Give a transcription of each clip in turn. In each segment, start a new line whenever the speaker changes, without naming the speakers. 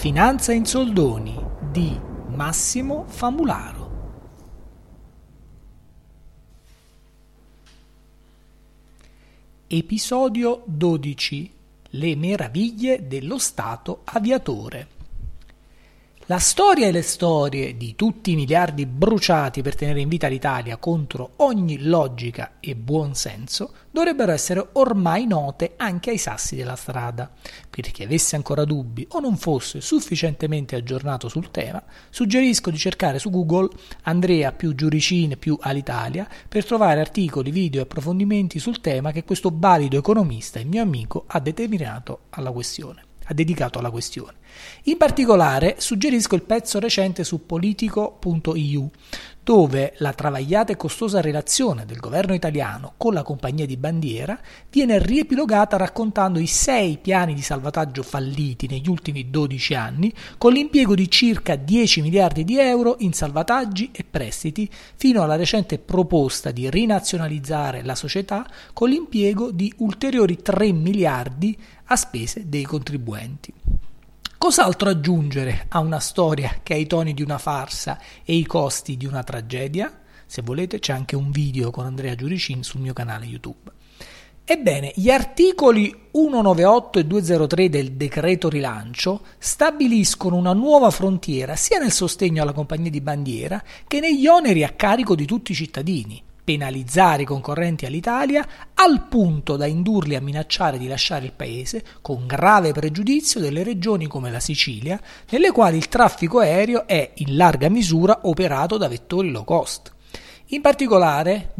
finanza in soldoni di Massimo Famularo. Episodio 12. Le meraviglie dello Stato aviatore. La storia e le storie di tutti i miliardi bruciati per tenere in vita l'Italia contro ogni logica e buon senso dovrebbero essere ormai note anche ai sassi della strada. Per chi avesse ancora dubbi o non fosse sufficientemente aggiornato sul tema, suggerisco di cercare su Google Andrea più Giuricin più Alitalia per trovare articoli, video e approfondimenti sul tema che questo valido economista e mio amico ha dedicato alla questione. In particolare suggerisco il pezzo recente su politico.eu, dove la travagliata e costosa relazione del governo italiano con la compagnia di bandiera viene riepilogata raccontando i 6 piani di salvataggio falliti negli ultimi 12 anni, con l'impiego di circa 10 miliardi di euro in salvataggi e prestiti, fino alla recente proposta di rinazionalizzare la società con l'impiego di ulteriori 3 miliardi a spese dei contribuenti. Cos'altro aggiungere a una storia che ha i toni di una farsa e i costi di una tragedia? Se volete c'è anche un video con Andrea Giuricin sul mio canale YouTube. Ebbene, gli articoli 198 e 203 del decreto rilancio stabiliscono una nuova frontiera sia nel sostegno alla compagnia di bandiera che negli oneri a carico di tutti i cittadini. Penalizzare i concorrenti all'Italia al punto da indurli a minacciare di lasciare il paese, con grave pregiudizio delle regioni come la Sicilia, nelle quali il traffico aereo è in larga misura operato da vettori low cost. In particolare,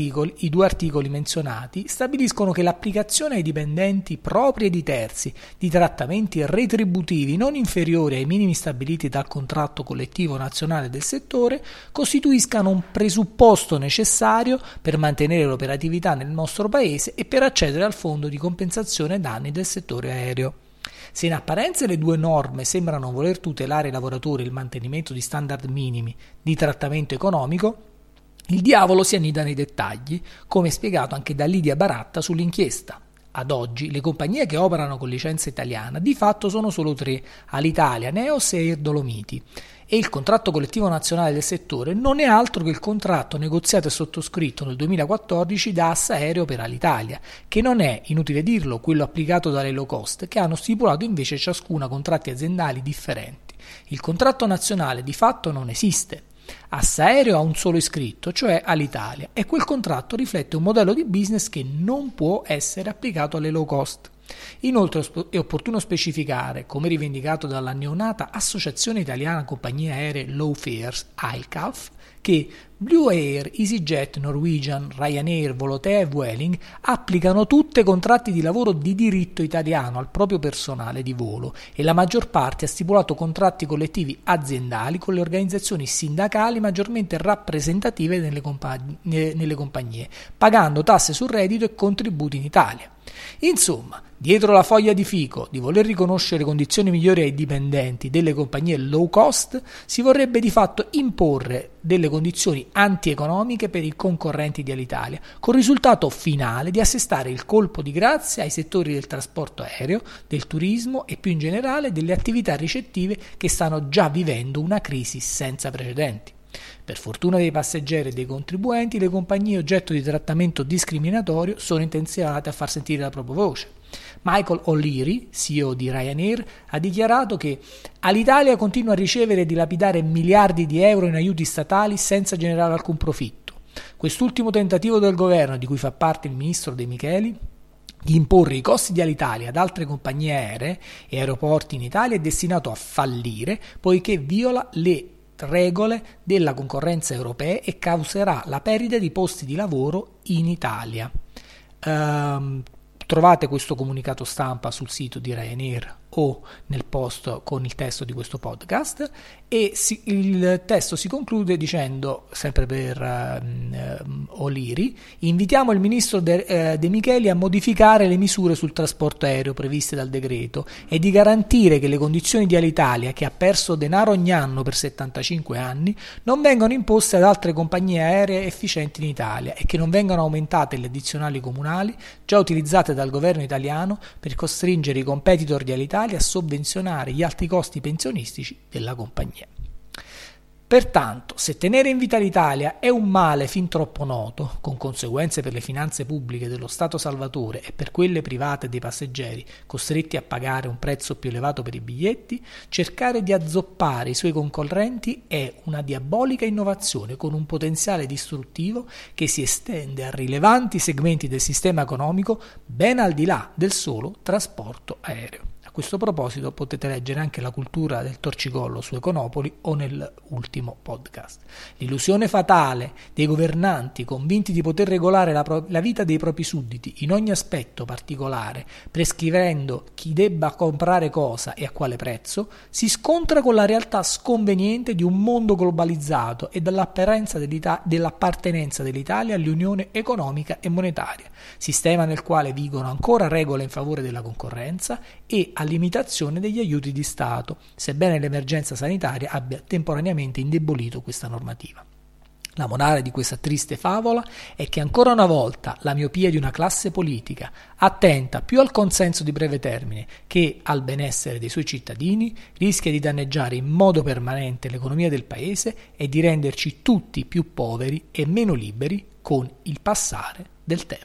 i due articoli menzionati stabiliscono che l'applicazione ai dipendenti propri e di terzi di trattamenti retributivi non inferiori ai minimi stabiliti dal contratto collettivo nazionale del settore costituiscano un presupposto necessario per mantenere l'operatività nel nostro paese e per accedere al fondo di compensazione danni del settore aereo. Se in apparenza le due norme sembrano voler tutelare i lavoratori e il mantenimento di standard minimi di trattamento economico, il diavolo si annida nei dettagli, come spiegato anche da Lidia Baratta sull'inchiesta. Ad oggi le compagnie che operano con licenza italiana di fatto sono solo 3, Alitalia, Neos e Air Dolomiti, e il contratto collettivo nazionale del settore non è altro che il contratto negoziato e sottoscritto nel 2014 da Assa Aereo per Alitalia, che non è, inutile dirlo, quello applicato dalle low cost, che hanno stipulato invece ciascuna contratti aziendali differenti. Il contratto nazionale di fatto non esiste. Assa Aereo ha un solo iscritto, cioè Alitalia, e quel contratto riflette un modello di business che non può essere applicato alle low cost. Inoltre è opportuno specificare, come rivendicato dalla neonata Associazione Italiana Compagnie Aeree Low Fares, AICAF, che Blue Air, EasyJet, Norwegian, Ryanair, Volotea e Vueling applicano tutte contratti di lavoro di diritto italiano al proprio personale di volo e la maggior parte ha stipulato contratti collettivi aziendali con le organizzazioni sindacali maggiormente rappresentative nelle compagnie, pagando tasse sul reddito e contributi in Italia. Insomma, dietro la foglia di fico di voler riconoscere condizioni migliori ai dipendenti delle compagnie low cost, si vorrebbe di fatto imporre delle condizioni antieconomiche per i concorrenti di Alitalia, con il risultato finale di assestare il colpo di grazia ai settori del trasporto aereo, del turismo e più in generale delle attività ricettive che stanno già vivendo una crisi senza precedenti. Per fortuna dei passeggeri e dei contribuenti, le compagnie oggetto di trattamento discriminatorio sono intenzionate a far sentire la propria voce. Michael O'Leary, CEO di Ryanair, ha dichiarato che Alitalia continua a ricevere e dilapidare miliardi di euro in aiuti statali senza generare alcun profitto. Quest'ultimo tentativo del governo, di cui fa parte il ministro De Micheli, di imporre i costi di Alitalia ad altre compagnie aeree e aeroporti in Italia è destinato a fallire poiché viola le regole della concorrenza europea e causerà la perdita di posti di lavoro in Italia. Trovate questo comunicato stampa sul sito di Ryanair o nel post con il testo di questo podcast, e il testo si conclude dicendo, sempre per O'Leary: invitiamo il ministro De Micheli a modificare le misure sul trasporto aereo previste dal decreto e di garantire che le condizioni di Alitalia, che ha perso denaro ogni anno per 75 anni, non vengano imposte ad altre compagnie aeree efficienti in Italia e che non vengano aumentate le addizionali comunali già utilizzate dal governo italiano per costringere i competitor di Alitalia tali a sovvenzionare gli alti costi pensionistici della compagnia. Pertanto, se tenere in vita l'Italia è un male fin troppo noto, con conseguenze per le finanze pubbliche dello Stato salvatore e per quelle private dei passeggeri, costretti a pagare un prezzo più elevato per i biglietti, cercare di azzoppare i suoi concorrenti è una diabolica innovazione con un potenziale distruttivo che si estende a rilevanti segmenti del sistema economico ben al di là del solo trasporto aereo. A questo proposito potete leggere anche La cultura del torcicollo su Econopoli o nell'ultimo podcast. L'illusione fatale dei governanti convinti di poter regolare la vita dei propri sudditi in ogni aspetto particolare, prescrivendo chi debba comprare cosa e a quale prezzo, si scontra con la realtà sconveniente di un mondo globalizzato e dell'apparenza dell'appartenenza dell'Italia all'Unione economica e monetaria, sistema nel quale vigono ancora regole in favore della concorrenza e a limitazione degli aiuti di Stato, sebbene l'emergenza sanitaria abbia temporaneamente indebolito questa normativa. La morale di questa triste favola è che ancora una volta la miopia di una classe politica, attenta più al consenso di breve termine che al benessere dei suoi cittadini, rischia di danneggiare in modo permanente l'economia del paese e di renderci tutti più poveri e meno liberi con il passare del tempo.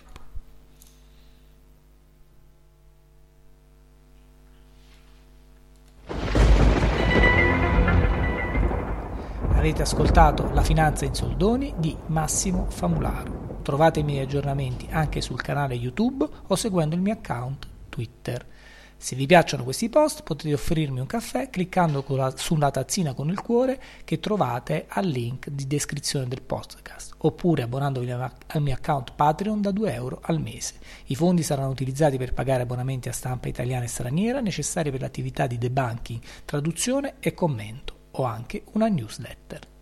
Avete ascoltato La finanza in soldoni di Massimo Famularo. Trovate i miei aggiornamenti anche sul canale YouTube o seguendo il mio account Twitter. Se vi piacciono questi post potete offrirmi un caffè cliccando sulla tazzina con il cuore che trovate al link di descrizione del podcast, oppure abbonandovi al mio account Patreon da €2 al mese. I fondi saranno utilizzati per pagare abbonamenti a stampa italiana e straniera necessari per l'attività di debunking, traduzione e commento, o anche una newsletter.